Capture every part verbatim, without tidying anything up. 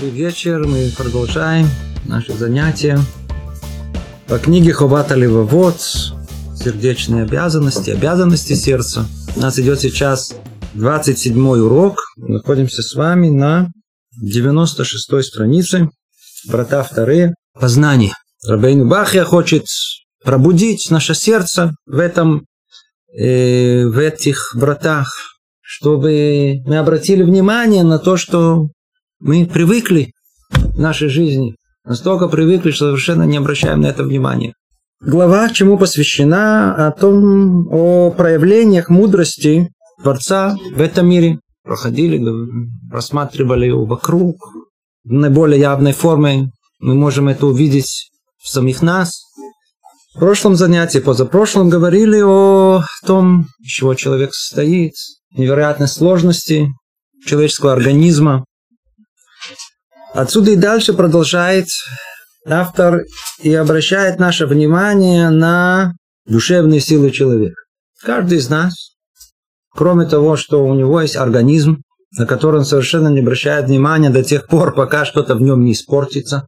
Добрый вечер. Мы продолжаем наши занятия по книге Ховат Левавот «Сердечные обязанности», обязанности сердца. У нас идет сейчас двадцать седьмой урок. Мы находимся с вами на девяносто шестой странице. Врата вторые. Познание. Рабейну Бахья хочет пробудить наше сердце в этом, э, в этих вратах, чтобы мы обратили внимание на то, что мы привыкли в нашей жизни, настолько привыкли, что совершенно не обращаем на это внимания. Глава чему посвящена? О том, о проявлениях мудрости Творца в этом мире. Проходили, рассматривали его вокруг. В наиболее явной форме мы можем это увидеть в самих нас. В прошлом занятии, позапрошлом, говорили о том, из чего человек состоит, невероятной сложности человеческого организма. Отсюда и дальше продолжает автор и обращает наше внимание на душевные силы человека. Каждый из нас, кроме того, что у него есть организм, на который он совершенно не обращает внимания до тех пор, пока что-то в нем не испортится,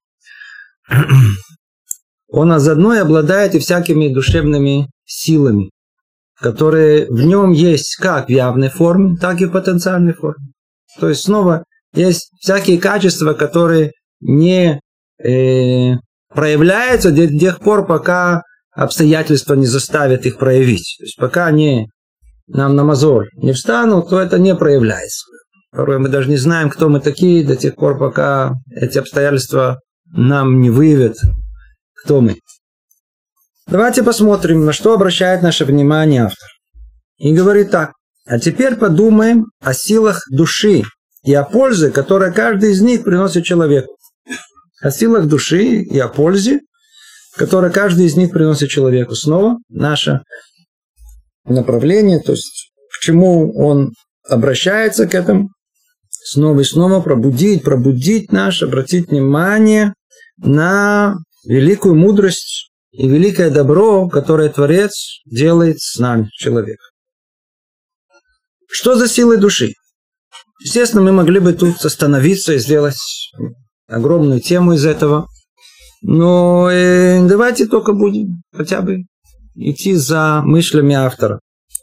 он заодно и обладает и всякими душевными силами, которые в нем есть как в явной форме, так и в потенциальной форме. То есть снова есть всякие качества, которые не э, проявляются до тех пор, пока обстоятельства не заставят их проявить. То есть пока они нам на мозоль не встанут, то это не проявляется. Порой мы даже не знаем, кто мы такие, до тех пор, пока эти обстоятельства нам не выявят, кто мы. Давайте посмотрим, на что обращает наше внимание автор. И говорит так. А теперь подумаем о силах души и о пользе, которую каждый из них приносит человеку. О силах души и о пользе, которую каждый из них приносит человеку. Снова наше направление, то есть к чему он обращается к этому. Снова и снова пробудить, пробудить наш, обратить внимание на великую мудрость и великое добро, которое Творец делает с нами, человеком. Что за силы души? Естественно, мы могли бы тут остановиться и сделать огромную тему из этого. Но э, давайте только будем хотя бы идти за мыслями автора.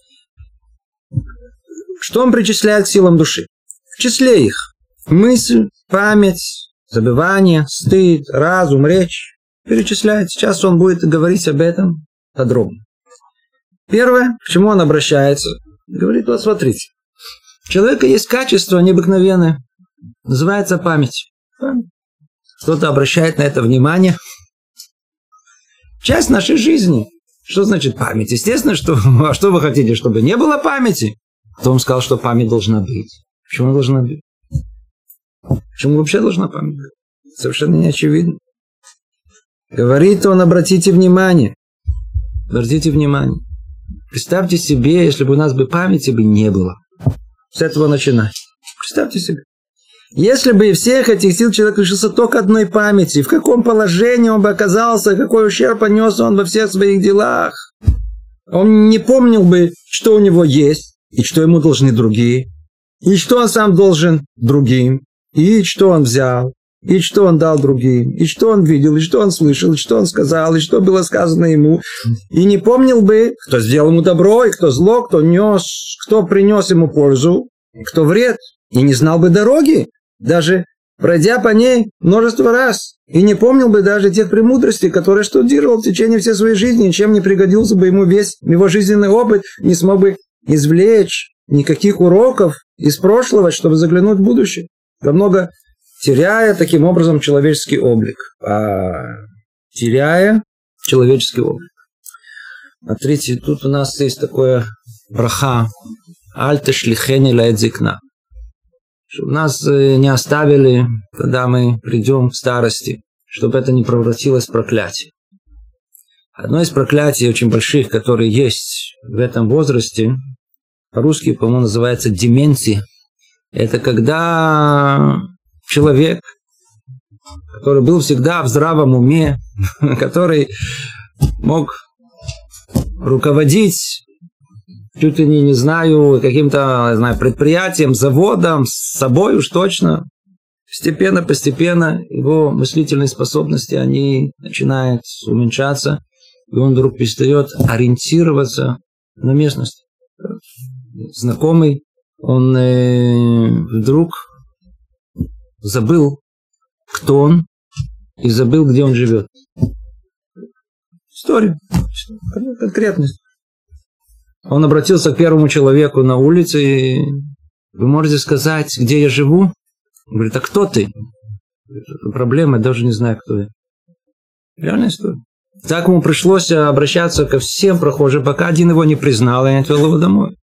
Что он причисляет к силам души? В числе их мысль, память, забывание, стыд, разум, речь. Перечисляет. Сейчас он будет говорить об этом подробно. Первое, к чему он обращается, говорит, вот смотрите. У человека есть качество необыкновенное. Называется память. память. Кто-то обращает на это внимание. Часть нашей жизни. Что значит память? Естественно, что, а что вы хотите, чтобы не было памяти? Кто вам сказал, что память должна быть? Почему она должна быть? Почему вообще должна память быть? Совершенно не очевидно. Говорит он, обратите внимание. Обратите внимание. Представьте себе, если бы у нас бы памяти бы не было. С этого начинать. Представьте себе. Если бы из всех этих сил человек лишился только одной памяти, в каком положении он бы оказался, какой ущерб понес он во всех своих делах. Он не помнил бы, что у него есть, и что ему должны другие, и что он сам должен другим, и что он взял, и что он дал другим, и что он видел, и что он слышал, и что он сказал, и что было сказано ему. И не помнил бы, кто сделал ему добро, и кто зло, кто нес, кто принес ему пользу, и кто вред. И не знал бы дороги, даже пройдя по ней множество раз. И не помнил бы даже тех премудростей, которые штудировал в течение всей своей жизни, ничем не пригодился бы ему весь его жизненный опыт, не смог бы извлечь никаких уроков из прошлого, чтобы заглянуть в будущее. Намного теряя таким образом человеческий облик. А, теряя человеческий облик. Смотрите, тут у нас есть такое браха. Аль тешлихени лаэт зикна. Чтобы нас не оставили, когда мы придем в старости. Чтобы это не превратилось в проклятие. Одно из проклятий очень больших, которые есть в этом возрасте, по-русски, по-моему, называется деменция. Это когда человек, который был всегда в здравом уме, который мог руководить чуть ли не, не знаю, каким-то, не знаю, предприятием, заводом, с собой уж точно, Постепенно, постепенно его мыслительные способности, они начинают уменьшаться, и он вдруг перестает ориентироваться на местность. Знакомый, он э, вдруг забыл, кто он, и забыл, где он живет. История, конкретность. Он обратился к первому человеку на улице, и вы можете сказать, где я живу? Он говорит, а кто ты? Проблема, я даже не знаю, кто я. Реальная история. Так ему пришлось обращаться ко всем прохожим, пока один его не признал, и не отвел его домой.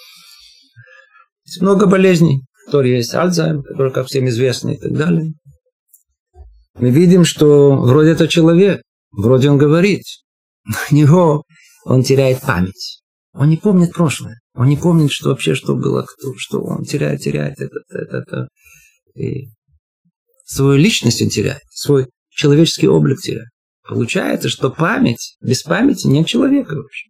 Есть много болезней, которые есть Альцгеймер, который, как всем известно, и так далее. Мы видим, что вроде это человек, вроде он говорит, но у него он теряет память. Он не помнит прошлое. Он не помнит, что вообще, что было, кто, что он теряет, теряет это, это, это. И свою личность он теряет, свой человеческий облик теряет. Получается, что память, без памяти нет человека вообще.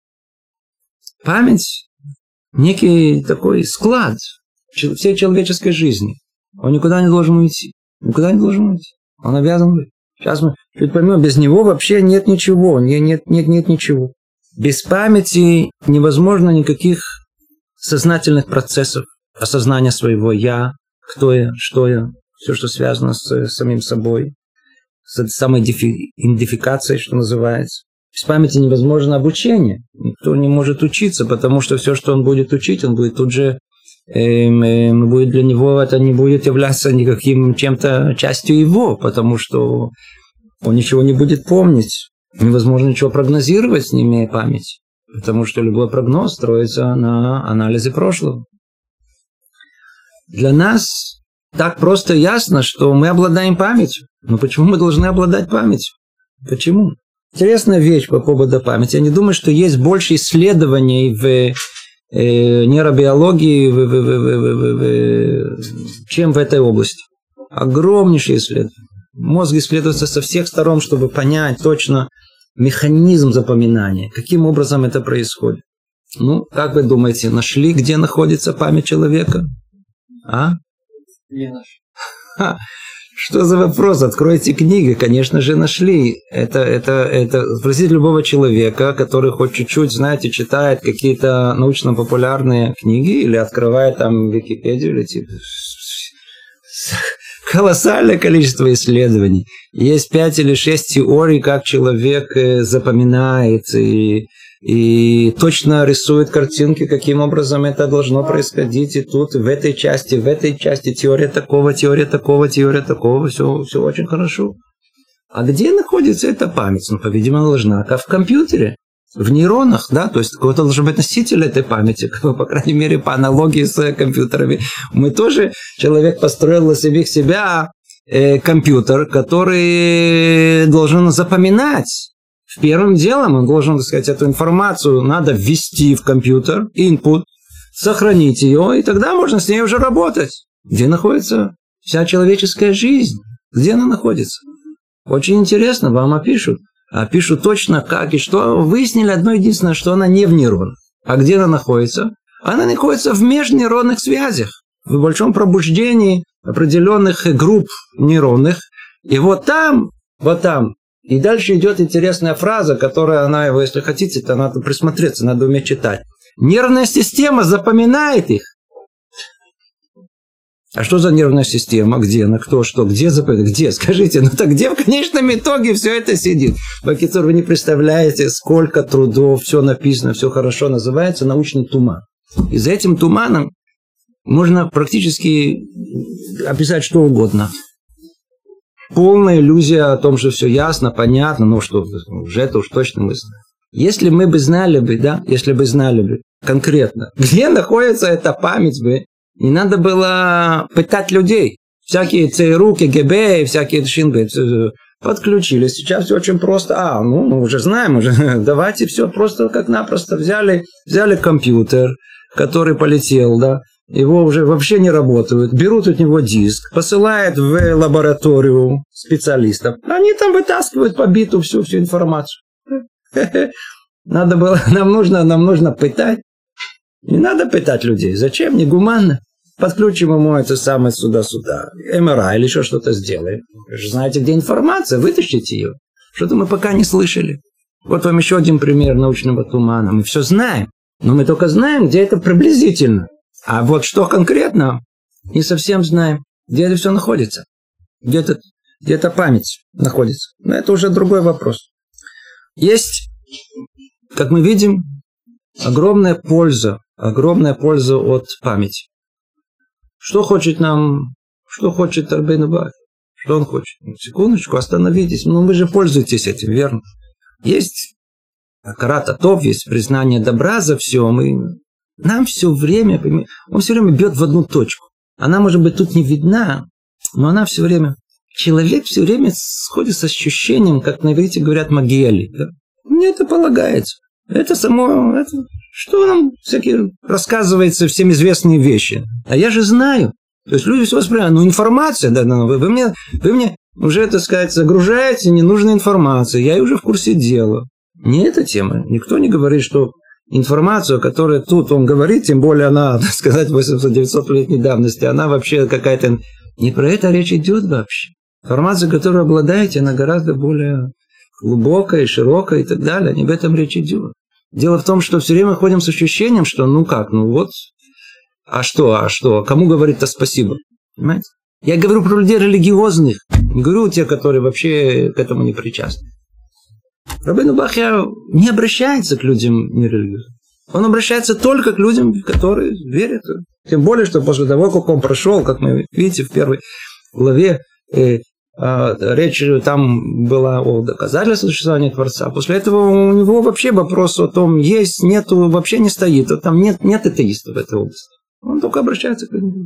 Память – некий такой склад всей человеческой жизни. Он никуда не должен уйти. Никуда не должен уйти. Он обязан быть. Сейчас мы чуть поймем, без него вообще нет ничего. Нет, нет, нет, нет ничего. Без памяти невозможно никаких сознательных процессов осознания своего «я», кто я, что я, все, что связано с самим собой, с самой идентификацией, что называется. Без памяти невозможно обучение. Никто не может учиться, потому что все, что он будет учить, он будет тут же, эм, эм, будет для него, это не будет являться никаким чем-то частью его, потому что он ничего не будет помнить. Невозможно ничего прогнозировать, не имея памяти, потому что любой прогноз строится на анализе прошлого. Для нас так просто ясно, что мы обладаем памятью. Но почему мы должны обладать памятью? Почему? Интересная вещь по поводу памяти. Я не думаю, что есть больше исследований в э, нейробиологии, в, в, в, в, в, в, чем в этой области. Огромнейшие исследования. Мозг исследуется со всех сторон, чтобы понять точно механизм запоминания. Каким образом это происходит. Ну, как вы думаете, нашли, где находится память человека? А? Не нашли. Ха, что за вопрос? Откройте книги. Конечно же, нашли. Это, это, это спросите любого человека, который хоть чуть-чуть, знаете, читает какие-то научно-популярные книги или открывает там Википедию или типа... Колоссальное количество исследований. Есть пять или шесть теорий, как человек запоминает и, и точно рисует картинки, каким образом это должно происходить. И тут, в этой части, в этой части теория такого, теория такого, теория такого. Все, все очень хорошо. А где находится эта память? Ну, по-видимому, должна, как в компьютере. В нейронах, да, то есть какой-то должен быть носитель этой памяти, по крайней мере, по аналогии с компьютерами. Мы тоже, человек построил для себя, себя э, компьютер, который должен запоминать. Первым делом он должен, так сказать, эту информацию надо ввести в компьютер, input, сохранить ее, и тогда можно с ней уже работать. Где находится вся человеческая жизнь? Где она находится? Очень интересно, вам опишут. А пишут точно как и что. Выяснили одно единственное, что она не в нейронах. А где она находится? Она находится в межнейронных связях. В большом пробуждении определенных групп нейронных. И вот там, вот там. И дальше идет интересная фраза, которая она его, если хотите, то надо присмотреться, надо уметь читать. Нервная система запоминает их. А что за нервная система? Где она? Кто? Что? Где запоминает? Где? Скажите, ну так где в конечном итоге все это сидит? Бакитур, вы не представляете, сколько трудов, все написано, все хорошо, называется научный туман. И за этим туманом можно практически описать что угодно. Полная иллюзия о том, что все ясно, понятно, ну что, уже это уж точно мы знаем. Если мы бы знали бы, да, если бы знали бы конкретно, где находится эта память бы, не надо было пытать людей. Всякие ЦРУ, КГБ, всякие Шинбы подключились. Сейчас все очень просто. А, ну, мы уже знаем, уже давайте все просто как-напросто взяли, взяли компьютер, который полетел, да, его уже вообще не работают. Берут от него диск, посылают в лабораторию специалистов. Они там вытаскивают по биту всю, всю информацию. Надо было, нам нужно, нам нужно пытать. Не надо пытать людей. Зачем? Негуманно. подключим ему это самое сюда-сюда, эм эр ай или еще что-то сделаем. Вы же знаете, где информация, вытащите ее. Что-то мы пока не слышали. Вот вам еще один пример научного тумана. Мы все знаем, но мы только знаем, где это приблизительно. А вот что конкретно, не совсем знаем, где это все находится. Где это, где эта память находится. Но это уже другой вопрос. Есть, как мы видим, огромная польза, огромная польза от памяти. Что хочет нам, что хочет Рабейну Бахья? Что он хочет? Секундочку, остановитесь. Ну, вы же пользуетесь этим, верно? Есть акарат атов, есть признание добра за все. Мы, нам все время, он все время бьет в одну точку. Она, может быть, тут не видна, но она все время... Человек все время сходит с ощущением, как на иврите говорят, магиэли. Да? Мне это полагается. Это само... Это, что нам всякие рассказывается всем известные вещи. А я же знаю. То есть люди все воспринимают. Ну, информация, да, да, вы, вы, мне, вы мне уже, так сказать, загружаете ненужной информацией. Я уже в курсе дела. Не эта тема. Никто не говорит, что информацию, которую тут он говорит, тем более она, так сказать, восемьсот-девятьсот-летней давности, она вообще какая-то... Не про это речь идет вообще. Информация, которую обладаете, она гораздо более глубокая, широкая и так далее. Не об этом речь идет. Дело в том, что все время ходим с ощущением, что ну как, ну вот, а что, а что, кому говорить-то спасибо? Понимаете? Я говорю про людей религиозных, не говорю тех, которые вообще к этому не причастны. Рабейну Бахья не обращается к людям нерелигиозным. Он обращается только к людям, которые верят. Тем более, что после того, как он прошел, как мы видите в первой главе, э, э, речь там была о доказательстве существования Творца. После этого у него вообще вопрос о том, есть, нету, вообще не стоит. Там нет, нет атеистов в этой области. Он только обращается к людям.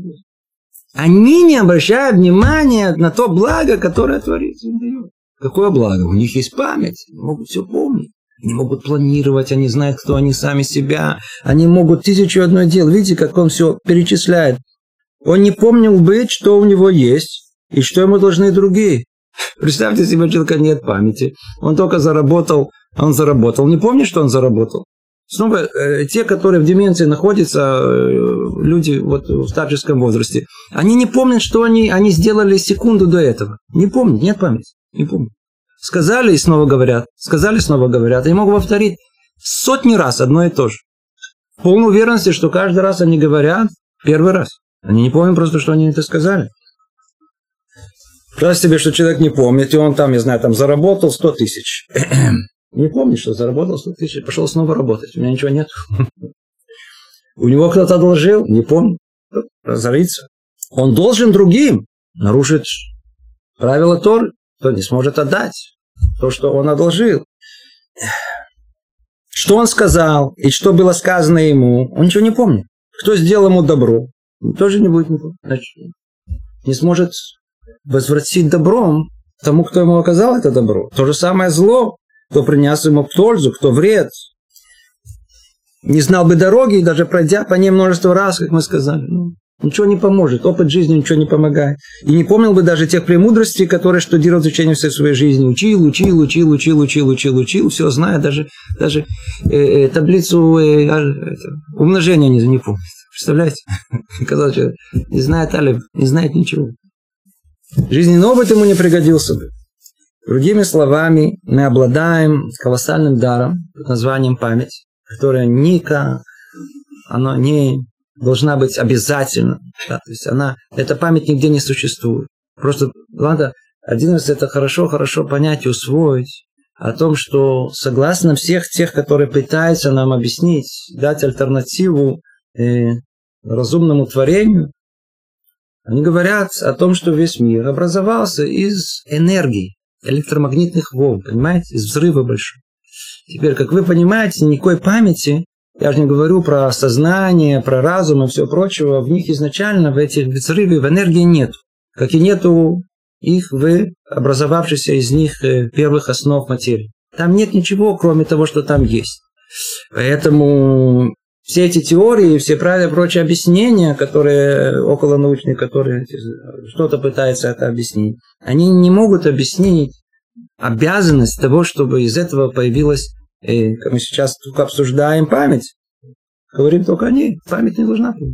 Они не обращают внимания на то благо, которое Творец им дает. Какое благо? У них есть память. Они могут все помнить. Они могут планировать, они знают, кто они сами себя. Они могут тысячу одно дело. Видите, как он все перечисляет. Он не помнил быть, что у него есть, и что ему должны другие. Представьте себе, у человека нет памяти. Он только заработал, он заработал. Не помнит, что он заработал? Снова, э, те, которые в деменции находятся, э, люди вот, в старческом возрасте, они не помнят, что они, они сделали секунду до этого. Не помнят, нет памяти. Не помнят. Сказали и снова говорят. Сказали и снова говорят. Я могу повторить сотни раз одно и то же. В полной уверенности, что каждый раз они говорят первый раз. Они не помнят просто, что они это сказали. Представьте себе, что человек не помнит, и он там, я знаю, там заработал сто тысяч. Не помнит, что заработал сто тысяч, пошел снова работать. У меня ничего нет. У него кто-то одолжил, не помнит. Разорится. Он должен другим нарушить правила Торы, кто не сможет отдать то, что он одолжил. Что он сказал и что было сказано ему, он ничего не помнит. Кто сделал ему добро, тоже не будет не помнить. Значит, не сможет возвратить добром тому, кто ему оказал это добро. То же самое зло, кто принес ему пользу, кто вред. Не знал бы дороги, даже пройдя по ней множество раз, как мы сказали. Ну, ничего не поможет, опыт жизни ничего не помогает. И не помнил бы даже тех премудростей, которые штудировал в течение всей своей жизни. Учил, учил, учил, учил, учил, учил, учил, все знает, даже, даже э, э, таблицу э, это, умножения не, не помнит. Представляете? Казалось, что не знает алиф, не знает ничего. Жизненный опыт ему не пригодился бы. Другими словами, мы обладаем колоссальным даром под названием память, которая никак, она не должна быть обязательно. Да, то есть она, эта память нигде не существует. Просто надо один раз это хорошо-хорошо понять и усвоить о том, что согласно всех тех, которые пытаются нам объяснить, дать альтернативу э, разумному творению, они говорят о том, что весь мир образовался из энергии, электромагнитных волн, понимаете, из взрыва большого. Теперь, как вы понимаете, никакой памяти, я же не говорю про сознание, про разум и все прочего, в них изначально, в этих взрывах, в энергии нет. Как и нету их в образовавшихся из них первых основ материи. Там нет ничего, кроме того, что там есть. Поэтому все эти теории, все правила, прочие объяснения, которые околонаучные, которые что-то пытаются это объяснить, они не могут объяснить обязанность того, чтобы из этого появилась, э, как мы сейчас только обсуждаем, память. Говорим только о ней. Память не должна быть.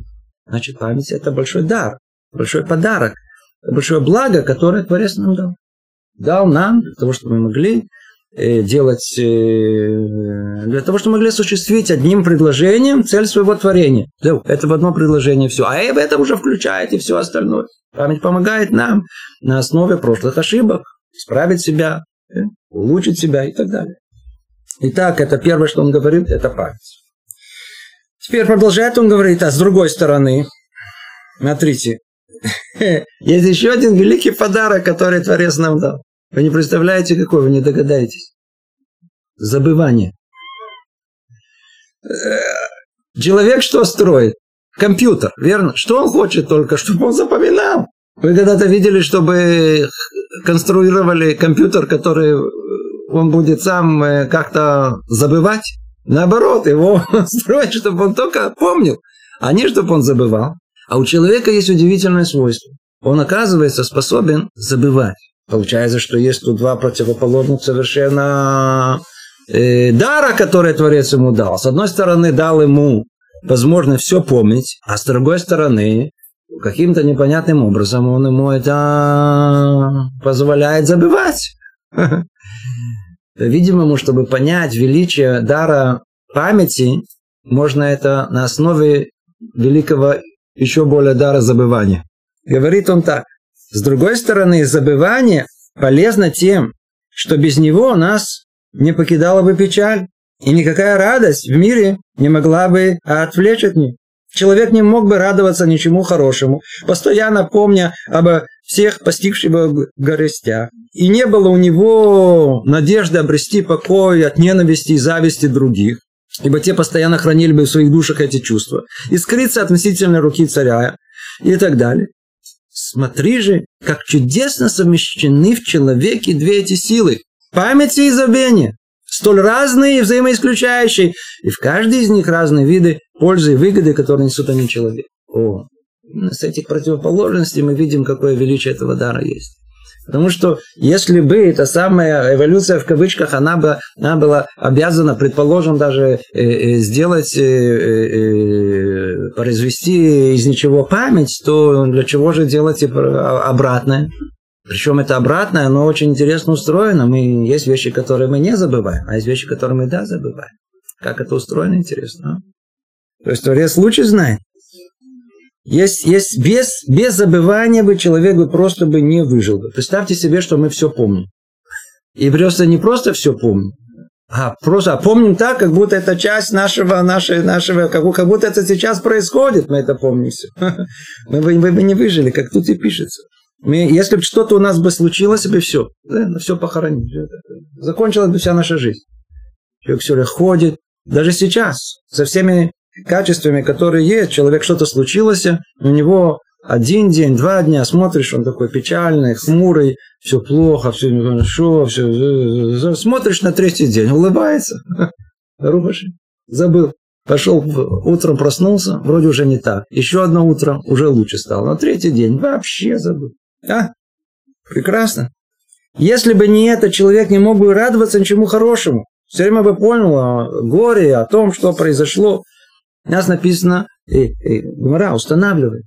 Значит, память – это большой дар, большой подарок, большое благо, которое Творец нам дал. Дал нам для того, чтобы мы могли делать, для того, чтобы мы могли осуществить одним предложением цель своего творения. Это в одно предложение все. А в это уже включает и все остальное. Память помогает нам на основе прошлых ошибок исправить себя, улучшить себя и так далее. Итак, это первое, что он говорит, это память. Теперь продолжает он говорить, а с другой стороны, смотрите, есть еще один великий подарок, который Творец нам дал. Вы не представляете, какой, вы не догадаетесь. Забывание. Человек что строит? Компьютер, верно? Что он хочет только? Чтобы он запоминал. Вы когда-то видели, чтобы конструировали компьютер, который он будет сам как-то забывать? Наоборот, его строить, чтобы он только помнил, а не чтобы он забывал. А у человека есть удивительное свойство. Он, оказывается, способен забывать. Получается, что есть тут два противоположных совершенно э, дара, который Творец ему дал. С одной стороны, дал ему возможность все помнить, а с другой стороны, каким-то непонятным образом он ему это позволяет забывать. Видимо, чтобы понять величие дара памяти, можно это на основе великого еще более дара забывания. Говорит он так. С другой стороны, забывание полезно тем, что без него нас не покидала бы печаль, и никакая радость в мире не могла бы отвлечь от них. Человек не мог бы радоваться ничему хорошему, постоянно помня обо всех постигших его горестях. И не было у него надежды обрести покой от ненависти и зависти других, ибо те постоянно хранили бы в своих душах эти чувства, и скрыться относительно руки царя и так далее. Смотри же, как чудесно совмещены в человеке две эти силы – память и забвение, столь разные и взаимоисключающие, и в каждой из них разные виды пользы и выгоды, которые несут они человек. О, именно с этих противоположностей мы видим, какое величие этого дара есть. Потому что если бы эта самая эволюция в кавычках, она, бы, она была обязана, предположим, даже э, э, сделать, э, э, произвести из ничего память, то для чего же делать обратное? Причем это обратное, оно очень интересно устроено. Мы, есть вещи, которые мы не забываем, а есть вещи, которые мы да забываем. Как это устроено, интересно. А? То есть Творец лучше знает. Есть, есть без, без забывания бы человек бы просто бы не выжил бы. Представьте себе, что мы все помним. И просто не просто все помним, а просто а помним так, как будто это часть нашего, нашего, нашего как, как будто это сейчас происходит, мы это помним все. Мы бы, мы бы не выжили, как тут и пишется. Мы, если бы что-то у нас бы случилось, бы все, да, все похоронить. Закончилась бы вся наша жизнь. Человек все ходит, даже сейчас, со всеми качествами, которые есть, человек что-то случилось, у него один день, два дня, смотришь, он такой печальный, хмурый, все плохо, все нехорошо, все. Смотришь на третий день, улыбается. Рубаши, забыл. Пошел, утром проснулся, вроде уже не так. Еще одно утро, уже лучше стало. На третий день вообще забыл. А? Прекрасно. Если бы не это, человек не мог бы радоваться ничему хорошему. Все время бы понял о горе, о том, что произошло. У нас написано, э, э, Гемара устанавливает,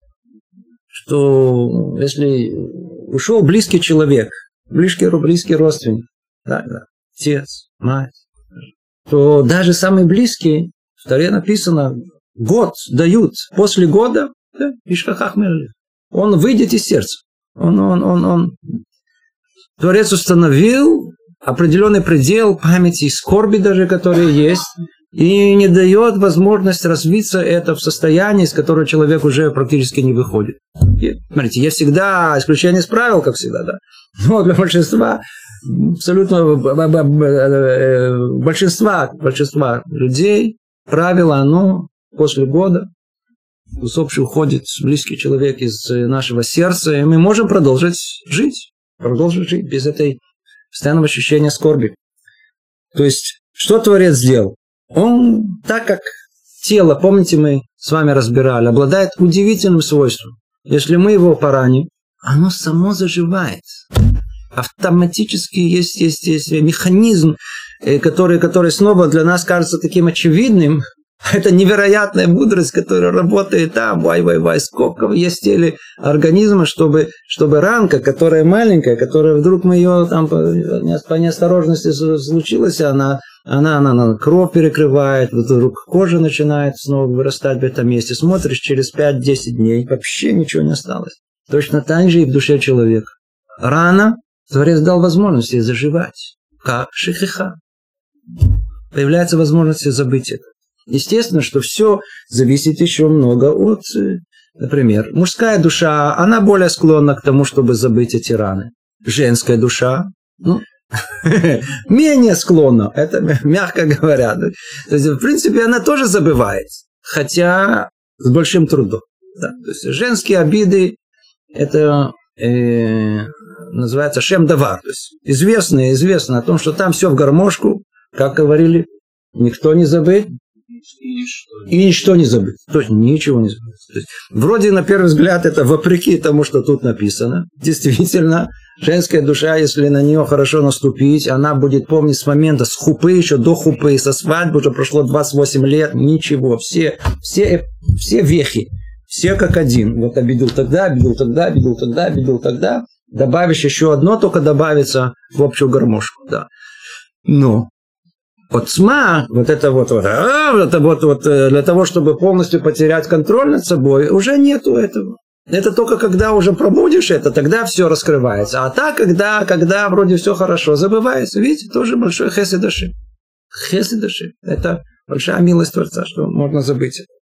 что если ушел близкий человек, близкий, близкий родственник, да, да, отец, мать, то даже самый близкий, в Торе написано, год дают, после года, да, он выйдет из сердца. Он, он, он, он. Творец установил определенный предел памяти и скорби даже, которые есть, и не дает возможность развиться это в состоянии, из которого человек уже практически не выходит. И, смотрите, есть всегда исключение из правил, как всегда, да. Но для большинства, абсолютно большинства, большинства людей правило, оно после года усопший уходит, близкий человек из нашего сердца, и мы можем продолжить жить, продолжить жить без этой постоянного ощущения скорби. То есть, что Творец сделал? Он, так как тело, помните, мы с вами разбирали, обладает удивительным свойством. Если мы его пораним, оно само заживает. Автоматически есть, есть, есть механизм, который, который снова для нас кажется таким очевидным, Это невероятная мудрость, которая работает там, вай-вай-вай, сколько есть в теле организма, чтобы, чтобы ранка, которая маленькая, которая вдруг мы ее там по, по неосторожности случилась, она, она, она, она кровь перекрывает, вдруг кожа начинает снова вырастать в этом месте. Смотришь, через пять-десять дней вообще ничего не осталось. Точно так же и в душе человека. Рана Творец дал возможность ей заживать, как шихиха. Появляется возможность забыть это. Естественно, что все зависит еще много от, например, мужская душа, она более склонна к тому, чтобы забыть эти раны. Женская душа, ну, менее склонна, это мягко говоря. То есть, в принципе, она тоже забывает, хотя с большим трудом. Да. То есть, женские обиды, это э, называется шем-давар. То есть, известно, известно о том, что там все в гармошку, как говорили, никто не забыть. И ничто не забыть. То есть ничего не забыть. То есть, вроде на первый взгляд это вопреки тому, что тут написано. Действительно, женская душа, если на нее хорошо наступить, она будет помнить с момента, с хупы, еще до хупы, со свадьбы, уже прошло двадцать восемь лет, ничего. Все, все, все вехи, все как один. Вот обидел тогда, обидел тогда, обидел тогда, обидел тогда. Добавишь еще одно, только добавится в общую гармошку. Да. Но вот тьма, вот это вот, вот, это вот, вот, для того, чтобы полностью потерять контроль над собой, уже нету этого. Это только когда уже пробудешь это, тогда все раскрывается. А так, когда, когда вроде все хорошо, забывается. Видите, тоже большой хесед Ашем. Хесед Ашем. Это большая милость Творца, что можно забыть это.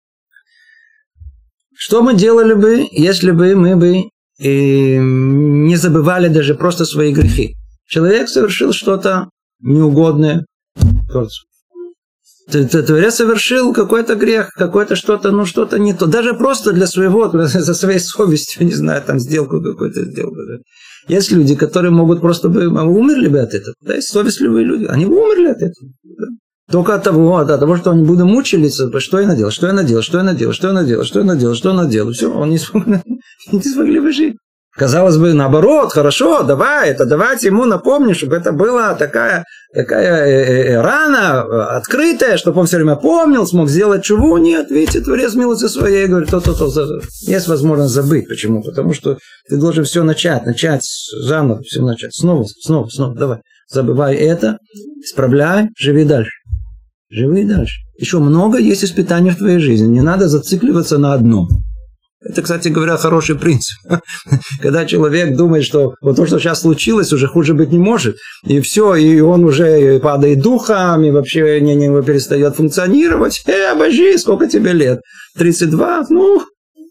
Что мы делали бы, если бы мы бы э, не забывали даже просто свои грехи? Человек совершил что-то неугодное Творцу. Творец совершил какой-то грех, какое-то что-то, ну что-то не то. Даже просто для своего, за своей совестью, не знаю, там сделку какую-то сделал. Есть люди, которые могут просто бы, умерли бы от этого. Да, есть совестливые люди, они бы умерли от этого. Да. Только от того, от того, что они будут мучились, что я наделал, что я наделал, что я наделал, что я наделал, что я наделал, что я наделал. Все, он не смогли, не смогли бы жить. Казалось бы, наоборот, хорошо, давай, это давайте ему напомним, чтобы это была такая, такая э, э, рана открытая, чтобы он все время помнил, смог сделать чуву. Нет, видите, Творец милости своей говорит, то-то-то. Есть возможность забыть. Почему? Потому что ты должен все начать, начать заново, все начать. Снова, снова, снова, давай. Забывай это, исправляй, живи дальше. Живи дальше. Еще много есть испытаний в твоей жизни. Не надо зацикливаться на одном. Это, кстати говоря, хороший принцип. Когда человек думает, что вот то, что сейчас случилось, уже хуже быть не может, и все, и он уже падает духом, и вообще не, не перестает функционировать. Эй, обожди, сколько тебе лет? тридцать два? Ну,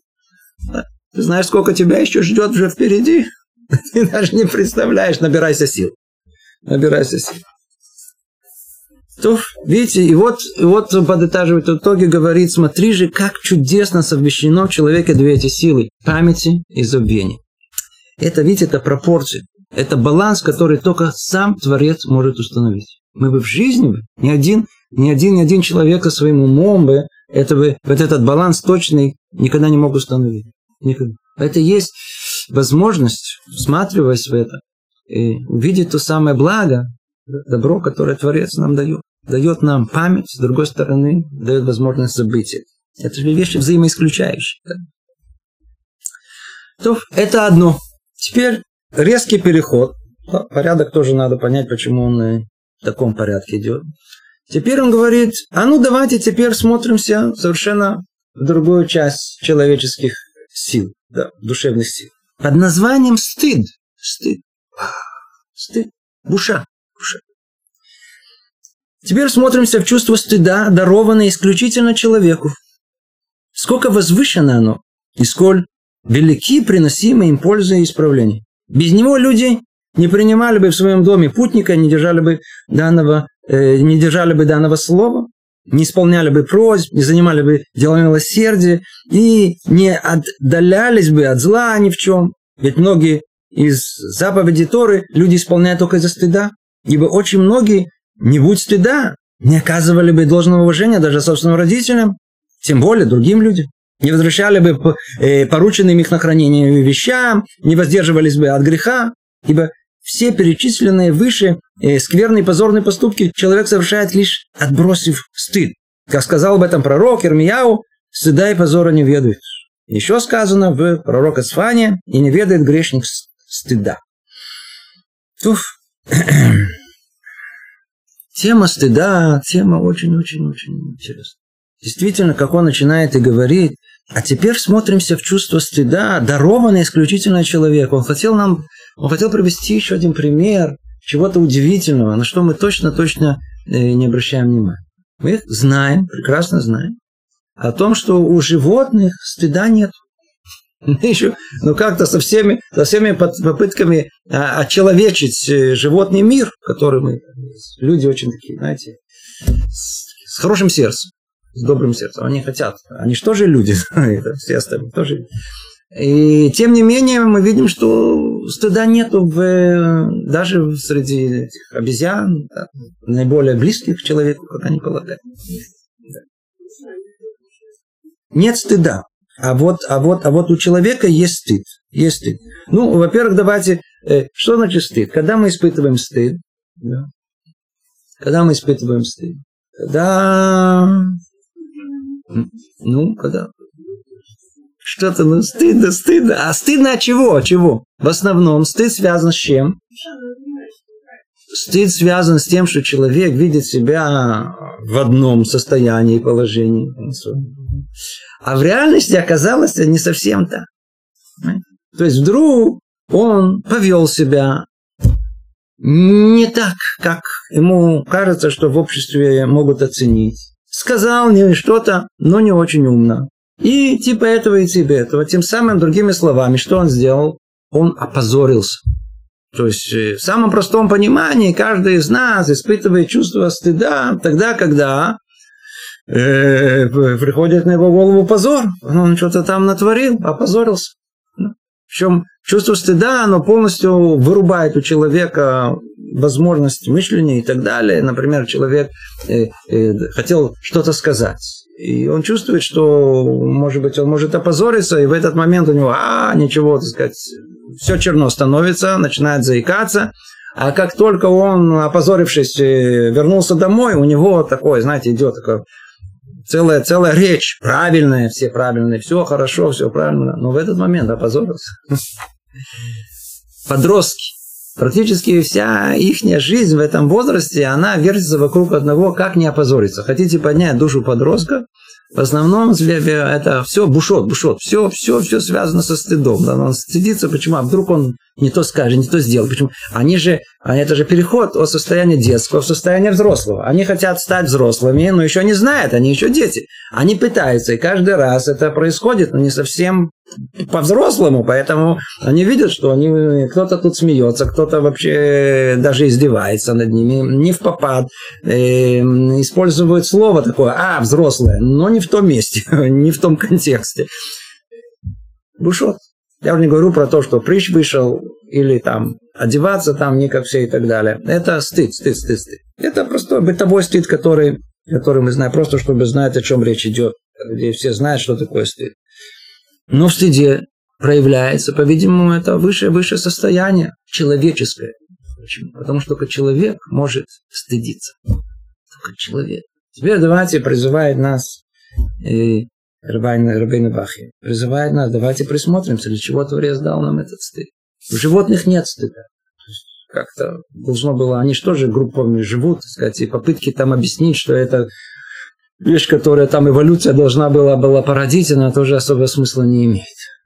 ты знаешь, сколько тебя еще ждет уже впереди? Ты даже не представляешь, набирайся сил. Набирайся сил. То, видите, и вот, и вот подытаживает в итоге, говорит, смотри же, как чудесно совмещено в человеке две эти силы, памяти и забвения. Это, видите, это пропорции, это баланс, который только сам Творец может установить. Мы бы в жизни, ни один, ни один, ни один человек со своим умом бы, это бы, вот этот баланс точный никогда не мог установить. Никогда. Это есть возможность, всматриваясь в это, и увидеть то самое благо, добро, которое Творец нам дает. Дает нам память, с другой стороны, дает возможность забыть. Это же вещи взаимоисключающие. Да? То, это одно. Теперь резкий переход. Порядок тоже надо понять, почему он в таком порядке идет. Теперь он говорит, а ну давайте теперь смотримся совершенно в другую часть человеческих сил, да, душевных сил. Под названием стыд. Стыд. Стыд. Буша. Теперь смотримся в чувство стыда, дарованное исключительно человеку. Сколько возвышено оно, и сколь велики приносимые им пользы и исправления. Без него люди не принимали бы в своем доме путника, не держали бы данного, э, не держали бы данного слова, не исполняли бы просьб, не занимали бы делами милосердия и не отдалялись бы от зла ни в чем. Ведь многие из заповедей Торы люди исполняют только из-за стыда, ибо очень многие, не будь стыда, не оказывали бы должного уважения даже собственным родителям, тем более другим людям. Не возвращали бы порученным их на хранение вещам, не воздерживались бы от греха, ибо все перечисленные выше скверные позорные поступки человек совершает лишь отбросив стыд. Как сказал об этом пророк Ирмияу, стыда и позора не ведает. Еще сказано в пророке Сфане, и не ведает грешник стыда. Туф. Тема стыда, тема очень-очень-очень интересная. Действительно, как он начинает и говорит, а теперь смотримся в чувство стыда, дарованное исключительно человеку. Он хотел нам, он хотел привести еще один пример чего-то удивительного, на что мы точно-точно не обращаем внимания. Мы знаем, прекрасно знаем, о том, что у животных стыда нет. Еще, ну как-то со всеми, со всеми попытками а, очеловечить животный мир, который мы, люди очень такие, знаете, с, с хорошим сердцем, с добрым сердцем, они хотят, они же тоже люди, это все остальные тоже. И тем не менее мы видим, что стыда нету в, даже среди этих обезьян, да, наиболее близких к человеку, как они полагают. Нет стыда. А вот, а, вот, а вот у человека есть стыд. Есть стыд. Ну, во-первых, давайте... Э, что значит стыд? Когда мы испытываем стыд? Да? Когда мы испытываем стыд? Когда... Ну, когда... Что-то, ну, стыдно, стыдно. А стыдно от чего? От чего? В основном стыд связан с чем? Стыд связан с тем, что человек видит себя в одном состоянии и положении. А в реальности оказалось не совсем так. То есть вдруг он повел себя не так, как ему кажется, что в обществе могут оценить. Сказал не что-то, но не очень умно. И типа этого, и типа этого. Тем самым, другими словами, что он сделал? Он опозорился. То есть в самом простом понимании каждый из нас испытывает чувство стыда тогда, когда э, приходит на его голову позор. Он что-то там натворил, опозорился. Причем чувство стыда, оно полностью вырубает у человека возможность мышления и так далее. Например, человек э, э, хотел что-то сказать. И он чувствует, что, может быть, он может опозориться, и в этот момент у него, а, ничего, так сказать, все черно становится, начинает заикаться. А как только он, опозорившись, вернулся домой, у него такое, знаете, идет такое, целая, целая речь, правильная, все правильные, все хорошо, все правильно. Но в этот момент опозорился. Подростки. Практически вся их жизнь в этом возрасте, она вертится вокруг одного, как не опозориться. Хотите поднять душу подростка? В основном это все бушот, бушот. Все, все, все связано со стыдом. Да? Он стыдится, почему? А вдруг он не то скажет, не то сделает. Почему? Они же, это же переход от состояния детского в состояние взрослого. Они хотят стать взрослыми, но еще не знают, они еще дети. Они пытаются, и каждый раз это происходит, но не совсем по-взрослому, поэтому они видят, что они, кто-то тут смеется, кто-то вообще даже издевается над ними, не впопад, э, используют слово такое, а, взрослое, но не в том месте, не в том контексте. Бушот. Я уже не говорю про то, что притч вышел, или там одеваться там не как все и так далее. Это стыд, стыд, стыд, стыд. Это просто бытовой стыд, который, который мы знаем, просто чтобы знать, о чем речь идет, где все знают, что такое стыд. Но в стыде проявляется, по-видимому, это высшее, высшее состояние человеческое. Почему? Потому что только человек может стыдиться. Только человек. Теперь давайте призывает нас э, Рабейну Бахья. Призывает нас, давайте присмотримся, для чего Творец дал нам этот стыд. У животных нет стыда. Как-то должно было, они же тоже группами живут, так сказать, и попытки там объяснить, что это вещь, которая там эволюция должна была, была породить, она тоже особого смысла не имеет.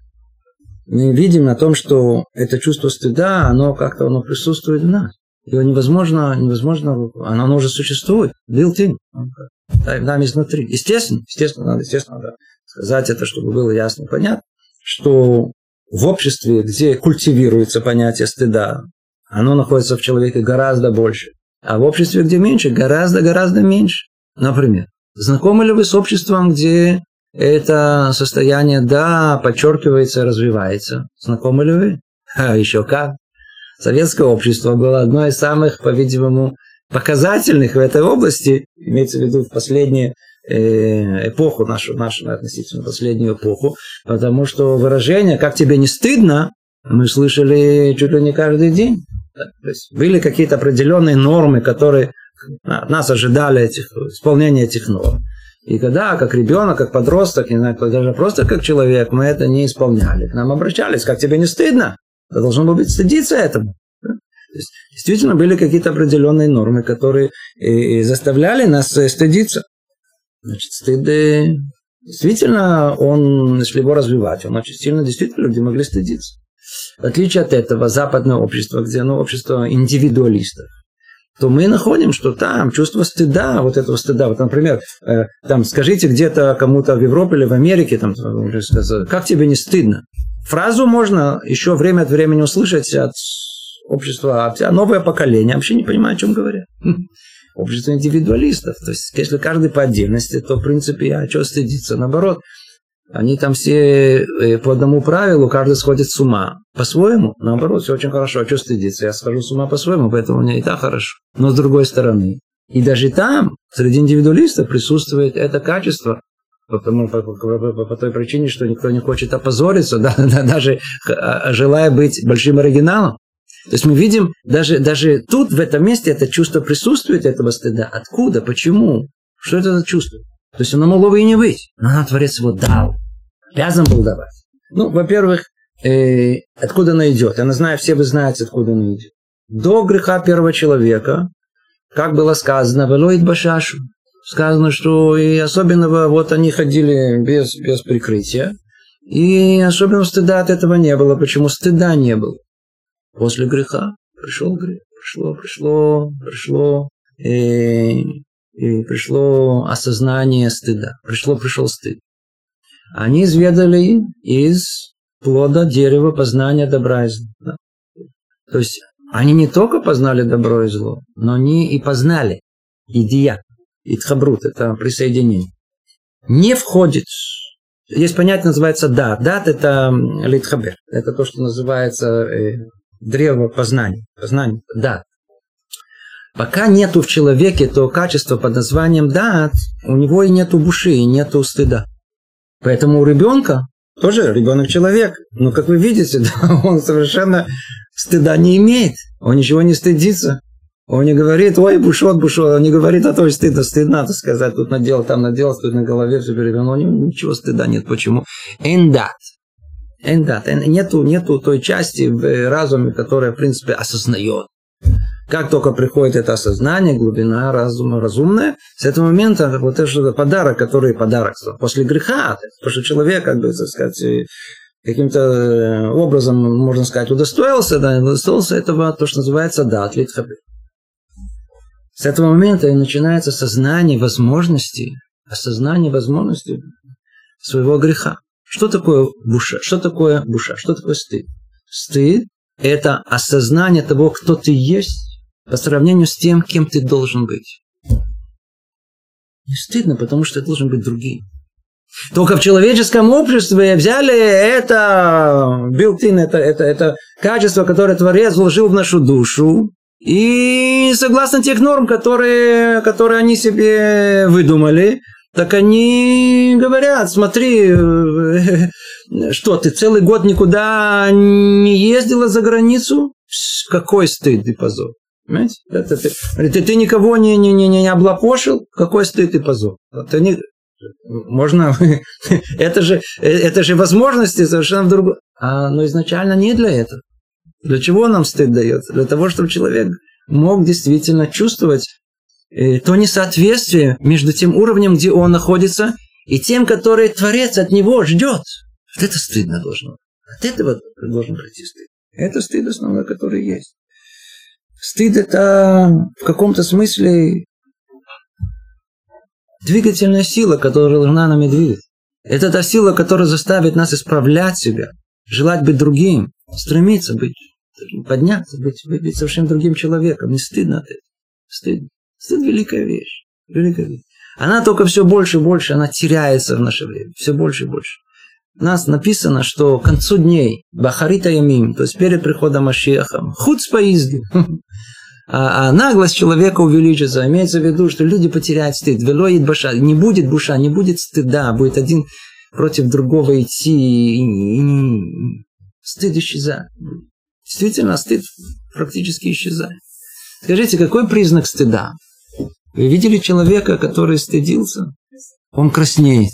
Мы видим на том, что это чувство стыда, оно как-то оно присутствует в нас. Его невозможно, невозможно, оно, оно уже существует, built-in, там изнутри. Естественно, естественно, надо, естественно, надо сказать это, чтобы было ясно и понятно, что в обществе, где культивируется понятие стыда, оно находится в человеке гораздо больше. А в обществе, где меньше, гораздо-гораздо меньше. Например, знакомы ли вы с обществом, где это состояние, да, подчеркивается, развивается? Знакомы ли вы? А еще как. Советское общество было одно из самых, по-видимому, показательных в этой области, имеется в виду в последнюю э, эпоху, нашу, нашу относительно последнюю эпоху, потому что выражение «как тебе не стыдно» мы слышали чуть ли не каждый день. То есть были какие-то определенные нормы, которые от нас ожидали этих, исполнения этих норм. И когда, как ребенок, как подросток, не знаю, даже просто как человек, мы это не исполняли. К нам обращались, как тебе не стыдно? Ты должен был быть стыдиться этому. То есть, действительно, были какие-то определенные нормы, которые и, и заставляли нас стыдиться. Значит, стыд, действительно, он, если его развивать, он очень сильно, действительно, люди могли стыдиться. В отличие от этого, западное общество, где оно общество индивидуалистов, то мы находим, что там чувство стыда, вот этого стыда, вот, например, э, там, скажите где-то кому-то в Европе или в Америке, там, как тебе не стыдно? Фразу можно еще время от времени услышать от общества, а новое поколение вообще не понимает, о чем говорят. Общество индивидуалистов. То есть, если каждый по отдельности, то, в принципе, а что стыдиться? Наоборот, они там все по одному правилу, каждый сходит с ума. По-своему, наоборот, все очень хорошо. А что стыдиться? Я схожу с ума по-своему, поэтому мне и так хорошо. Но с другой стороны, и даже там, среди индивидуалистов, присутствует это качество, потому, по, по, по, по той причине, что никто не хочет опозориться, да, да, даже желая быть большим оригиналом. То есть мы видим, даже, даже тут, в этом месте, это чувство присутствует, этого стыда. Откуда? Почему? Что это за чувство? То есть оно могло бы и не быть. Но нам Творец его дал. Обязан был давать. Ну, во-первых, э, откуда оно идет? Я не знаю, все вы знаете, откуда оно идет. До греха первого человека, как было сказано, «Велоид башашу». Сказано, что и особенного, вот они ходили без, без прикрытия. И особенного стыда от этого не было. Почему стыда не было? После греха пришел грех, пришло, пришло, пришло, и, и пришло осознание стыда, пришло, пришел стыд. Они изведали из плода дерева познания добра и зла. Да? То есть они не только познали добро и зло, но они и познали идия, итхабрут, это присоединение. Не входит. Есть понятие, называется дат. Дат это литхабер, это то, что называется древо познания. Познание, да. Пока нету в человеке то качество под названием дат, у него и нету буши, и нету стыда. Поэтому у ребенка, тоже ребенок человек, но, как вы видите, да, он совершенно стыда не имеет. Он ничего не стыдится. Он не говорит, ой, бушот, бушот. Он не говорит, а то стыдно, стыдно, так сказать, тут наделал, там наделал, тут на голове все перебил. У него ничего стыда нет. Почему? Эндат. Эндат. Нету, нету той части в разуме, которая, в принципе, осознает. Как только приходит это осознание, глубина разума разумная, с этого момента вот это подарок, который подарок после греха, потому что человек, как бы, так сказать, каким-то образом, можно сказать, удостоился, да, удостоился этого, то, что называется дат, литхабер. С этого момента и начинается сознание возможностей, осознание возможностей своего греха. Что такое буша? Что такое буша? Что такое стыд? Стыд – это осознание того, кто ты есть, по сравнению с тем, кем ты должен быть. Не стыдно, потому что ты должен быть другим. Только в человеческом обществе взяли это built-in, это, это, это качество, которое Творец вложил в нашу душу, и согласно тех норм, которые, которые они себе выдумали, так они говорят, смотри, что ты целый год никуда не ездила за границу? Какой стыд и позор. Понимаете? Это ты, ты, ты никого не, не, не, не облапошил? Какой стыд и позор. Это не, можно, это, же, это же возможности совершенно в другом. А, но изначально не для этого. Для чего нам стыд дается? Для того, чтобы человек мог действительно чувствовать то несоответствие между тем уровнем, где он находится, и тем, который Творец от него ждет. Вот это стыдно должно. От этого должен прийти стыд. Это стыд основной, который есть. Стыд – это в каком-то смысле двигательная сила, которая должна нами двигать. Это та сила, которая заставит нас исправлять себя, желать быть другим, стремиться быть, подняться, быть, быть совершенно другим человеком. Не стыдно от этого. Стыдно. Стыд – великая вещь. Великая вещь. Она только все больше и больше, она теряется в наше время. Все больше и больше. У нас написано, что к концу дней, бахарита ямим, то есть перед приходом Машиаха, хуцпа изди, а, а наглость человека увеличится. Имеется в виду, что люди потеряют стыд. Велоид баша, не будет буша, не будет стыда, будет один против другого идти, и, и, и стыд исчезает. Действительно, стыд практически исчезает. Скажите, какой признак стыда? Вы видели человека, который стыдился? Он краснеет.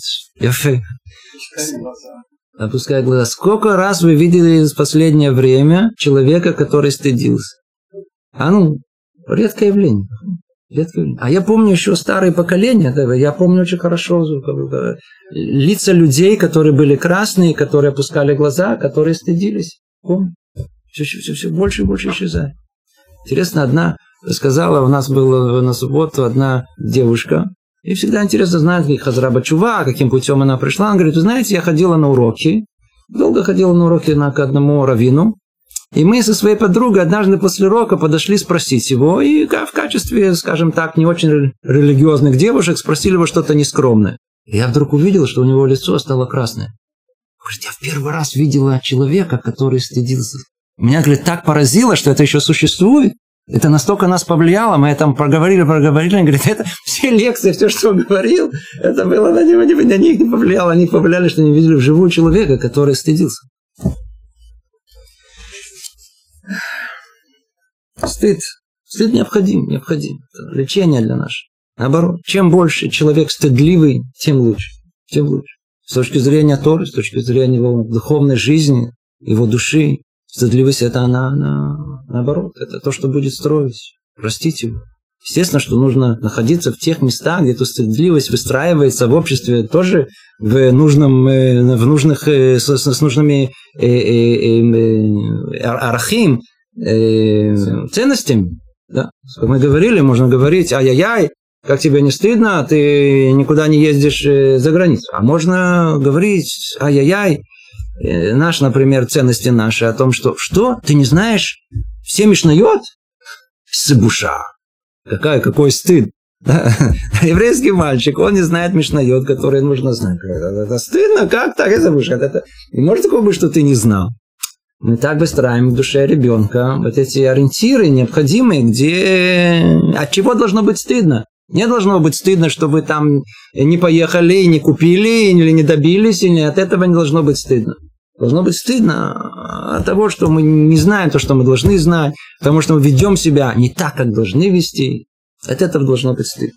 Опускает глаза. Сколько раз вы видели в последнее время человека, который стыдился? А ну, редкое явление. Редкое явление. А я помню еще старые поколения, я помню очень хорошо лица людей, которые были красные, которые опускали глаза, которые стыдились. Помню. Все, все, все больше и больше исчезает. Интересно, одна сказала, у нас была на субботу одна девушка, и всегда интересно знать, как Хазраба Чува, каким путем она пришла. Она говорит, вы знаете, я ходила на уроки, долго ходила на уроки на, к одному раввину, и мы со своей подругой однажды после урока подошли спросить его, и в качестве, скажем так, не очень религиозных девушек спросили его что-то нескромное. И я вдруг увидел, что у него лицо стало красное. Говорит, я в первый раз видела человека, который стыдился. Меня, говорит, так поразило, что это еще существует. Это настолько нас повлияло, мы там проговорили, проговорили. Он говорит, это все лекции, все, что он говорил, это было на него, на них не повлияло. Они повлияли, что они видели вживую человека, который стыдился. Стыд. Стыд необходим, необходим. Это лечение для нашего. Наоборот, чем больше человек стыдливый, тем лучше. Тем лучше. С точки зрения Торы, с точки зрения его духовной жизни, его души, стыдливость это она, она, наоборот, это то, что будет строить, простить его. Естественно, что нужно находиться в тех местах, где эта стыдливость выстраивается в обществе тоже в, нужном, в нужных, с, с нужными э, э, э, арахим, э, ценностями. Да? Как мы говорили, можно говорить, ай-яй-яй, как тебе не стыдно, ты никуда не ездишь за границу. А можно говорить, ай-яй-яй, наш, например, ценности наши о том, что, что, ты не знаешь, все мишнайот? Сыбуша. Какая, какой стыд. Да? Еврейский мальчик, он не знает мишнайот, который нужно знать. Это, это стыдно, как так? Это сыбуша. Это, не может такого быть, что ты не знал. Мы так выстраиваем в душе ребенка вот эти ориентиры необходимые, где от чего должно быть стыдно. Не должно быть стыдно, что вы там не поехали, не купили, или не добились, или от этого не должно быть стыдно. Должно быть стыдно от того, что мы не знаем то, что мы должны знать, потому что мы ведем себя не так, как должны вести. От этого должно быть стыдно.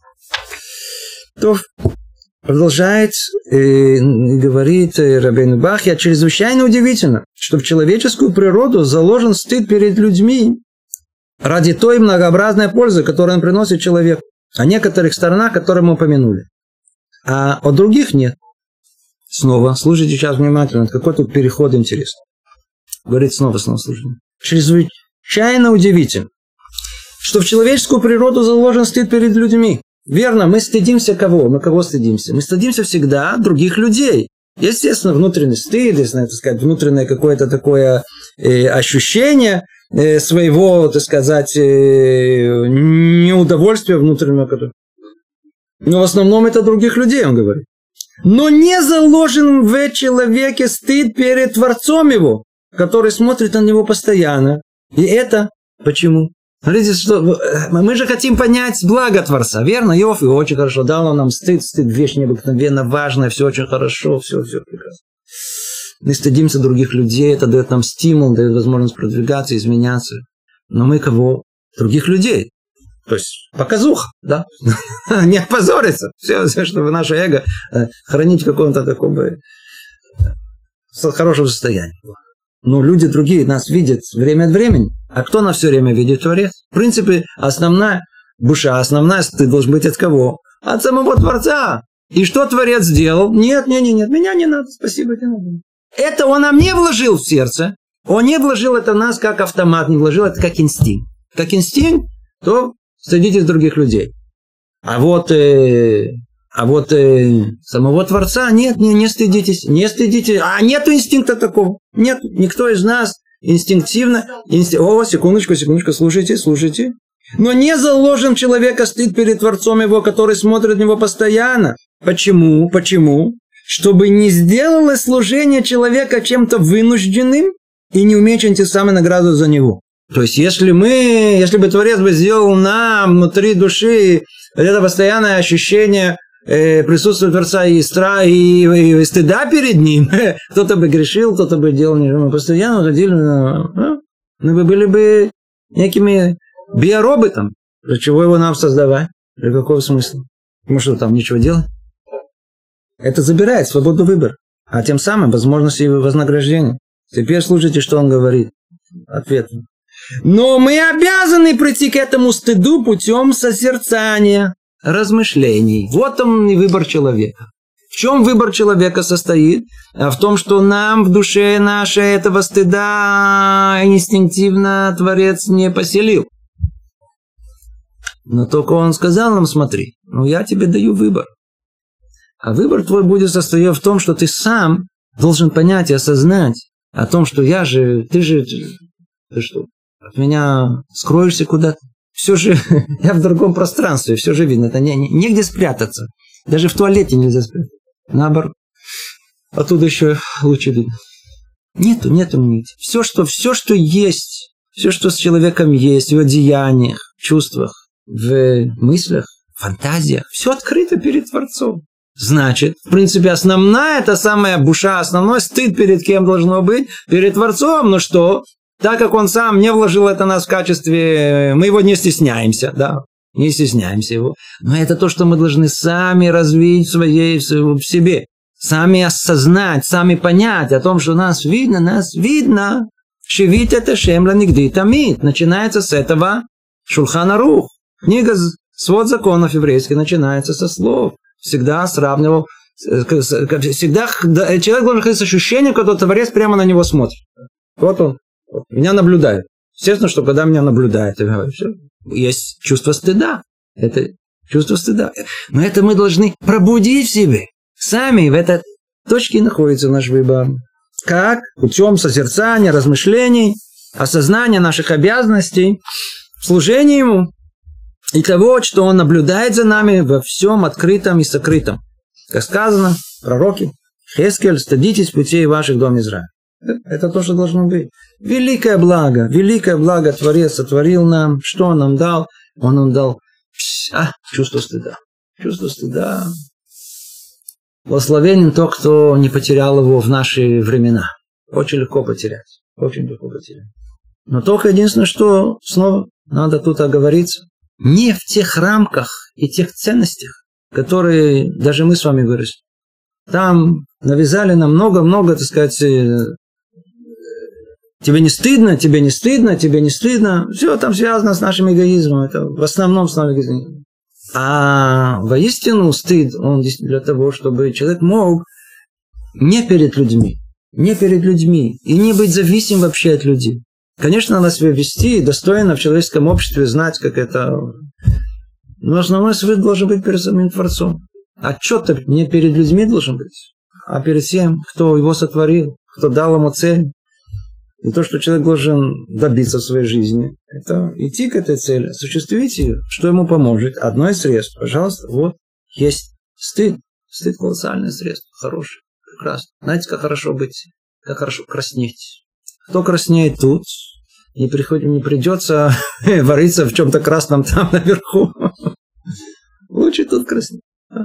То продолжает э, говорит Рабейну Бахья, чрезвычайно удивительно, что в человеческую природу заложен стыд перед людьми ради той многообразной пользы, которую он приносит человеку. О некоторых сторонах, которые мы упомянули. А о других нет. Снова, слушайте сейчас внимательно, какой тут переход интересный. Говорит снова, снова слушайте. Чрезвычайно удивительно, что в человеческую природу заложен стыд перед людьми. Верно, мы стыдимся кого? Мы кого стыдимся? Мы стыдимся всегда других людей. Естественно, внутренний стыд, если, так сказать, внутреннее какое-то такое э, ощущение э, своего, так сказать, э, неудовольствия внутреннего. Но в основном это других людей, он говорит. Но не заложен в человеке стыд перед Творцом его, который смотрит на него постоянно. И это почему? Смотрите, что мы же хотим понять благо Творца, верно? Йоф, и очень хорошо, дал он нам стыд, стыд, вещь необыкновенно важная, все очень хорошо, все, все прекрасно. Мы стыдимся других людей, это дает нам стимул, дает возможность продвигаться, изменяться. Но мы кого? Других людей. То есть показуха, да? Не опозориться. Все, все, чтобы наше эго хранить в каком-то таком хорошем состоянии. Но люди другие нас видят время от времени. А кто нас все время видит? Творец. В принципе, основная буша, основная стыд должен быть от кого? От самого Творца. И что Творец сделал? Нет, нет, нет, нет, меня не надо, спасибо, не надо. Это он нам не вложил в сердце. Он не вложил это в нас как автомат, не вложил это как инстинкт. Как инстинкт, то стыдитесь других людей. А вот, э, а вот э, самого Творца нет, не, не стыдитесь, не стыдитесь. А нету инстинкта такого. Нет, никто из нас инстинктивно... Инсти... О, секундочку, секундочку, слушайте, слушайте. Но не заложен человека стыд перед Творцом его, который смотрит на него постоянно. Почему? Почему? Чтобы не сделалось служение человека чем-то вынужденным и не уменьшить тем самым награду за него. То есть, если мы, если бы Творец бы сделал нам внутри души это постоянное ощущение э, присутствия Творца и, стра, и, и, и стыда перед ним, кто-то бы грешил, кто-то бы делал, мы постоянно ходили, а? Мы бы были бы некими биороботами. Для чего его нам создавать? Для какого смысла? Мы что, там ничего делать? Это забирает свободу выбора, а тем самым возможность его вознаграждения. Теперь слушайте, что он говорит. Ответ. Но мы обязаны прийти к этому стыду путем созерцания, размышлений. Вот он и выбор человека. В чем выбор человека состоит? А в том, что нам в душе нашей этого стыда инстинктивно Творец не поселил. Но только он сказал нам, смотри, ну я тебе даю выбор. А выбор твой будет состоять в том, что ты сам должен понять и осознать о том, что я же, ты же, ты что, от меня скроешься куда-то? Все же, я в другом пространстве, все же видно, это не, не, негде спрятаться. Даже в туалете нельзя спрятаться. Наоборот. Оттуда еще лучше видно. Нету, нету нити. Все, что, все, что есть, все, что с человеком есть, в его деяниях, чувствах, в мыслях, фантазиях, все открыто перед Творцом. Значит, в принципе, основная, это самая буша, основной стыд перед кем должно быть? Перед Творцом. Ну что? Так как он сам не вложил это в нас в качестве, мы его не стесняемся, да, не стесняемся его. Но это то, что мы должны сами развить в своей, в себе. Сами осознать, сами понять о том, что нас видно, нас видно. Шевит это шемла нигды тамид. Начинается с этого Шулхан Арух. Книга «Свод законов еврейских» начинается со слов. Всегда сравнивал, всегда человек должен ходить с ощущением, когда Творец прямо на него смотрит. Вот он, вот, меня наблюдает. Естественно, что когда меня наблюдает, есть чувство стыда. Это чувство стыда. Но это мы должны пробудить в себе. Сами в этой точке и находится наш выбор. Как? Путем созерцания, размышлений, осознания наших обязанностей, служения Ему. И того, что Он наблюдает за нами во всем открытом и сокрытом. Как сказано, пророки, Хескель, стыдитесь путей ваших, дом Израиля. Это то, что должно быть. Великое благо, великое благо Творец сотворил нам. Что Он нам дал? Он нам дал а, чувство стыда. Чувство стыда. Благословенен тот, кто не потерял его в наши времена. Очень легко потерять. Очень легко потерять. Но только единственное, что снова надо тут оговориться. Не в тех рамках и тех ценностях, которые даже мы с вами выросли. Там навязали нам много-много, так сказать, тебе не стыдно, тебе не стыдно, тебе не стыдно. Все там связано с нашим эгоизмом. Это в основном с нашим эгоизмом. А воистину стыд, он для того, чтобы человек мог не перед людьми, не перед людьми и не быть зависим вообще от людей. Конечно, надо себя вести, достойно в человеческом обществе знать, как это... Но основной стыд должен быть перед самим Творцом. Отчет-то не перед людьми должен быть, а перед тем, кто его сотворил, кто дал ему цель. И то, что человек должен добиться в своей жизни, это идти к этой цели, осуществить ее, что ему поможет. Одно из средств, пожалуйста, вот, есть стыд. Стыд – колоссальное средство, хорошее, прекрасно. Знаете, как хорошо быть, как хорошо краснеть. Кто краснеет тут, не, приходит, не придется вариться в чем-то красном там наверху. Лучше тут краснеть.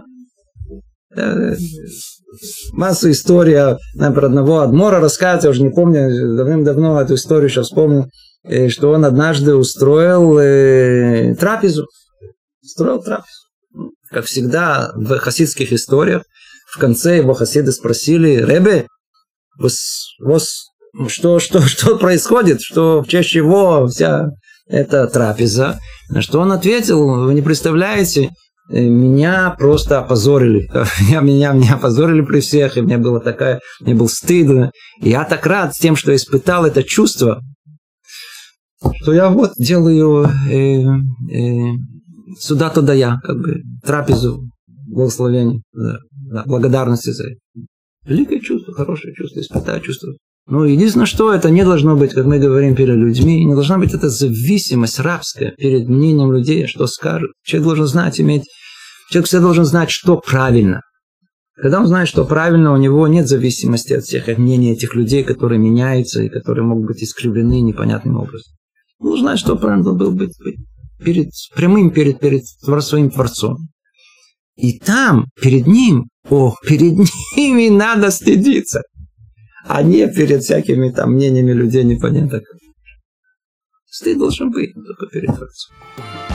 Массу историй, нам про одного адмора рассказывать, я уже не помню, давным-давно эту историю сейчас вспомнил, что он однажды устроил э, трапезу. Устроил трапезу. Как всегда в хасидских историях, в конце его хасиды спросили: Ребе, вос, вос, что, что, что происходит, что в честь чего вся эта трапеза? На что он ответил: вы не представляете, меня просто опозорили. Меня, меня, меня опозорили при всех, и мне было такая, мне было стыдно. И я так рад тем, что испытал это чувство, что я вот делаю э, э, сюда-туда я, как бы, трапезу благословения, да, да, благодарности за это. Великое чувство, хорошее чувство, испытаю чувство. Ну, единственное, что это не должно быть, как мы говорим, перед людьми, не должна быть эта зависимость рабская перед мнением людей, что скажут. Человек должен знать, иметь, человек всегда должен знать, что правильно. Когда он знает, что правильно, у него нет зависимости от всех мнений этих людей, которые меняются и которые могут быть искривлены непонятным образом. Он должен знать, что правильно был быть перед, прямым перед, перед своим Творцом. И там, перед ним, о, перед ними надо стыдиться. А не перед всякими там мнениями людей непонятно. Стыд должен быть только перед Творцом.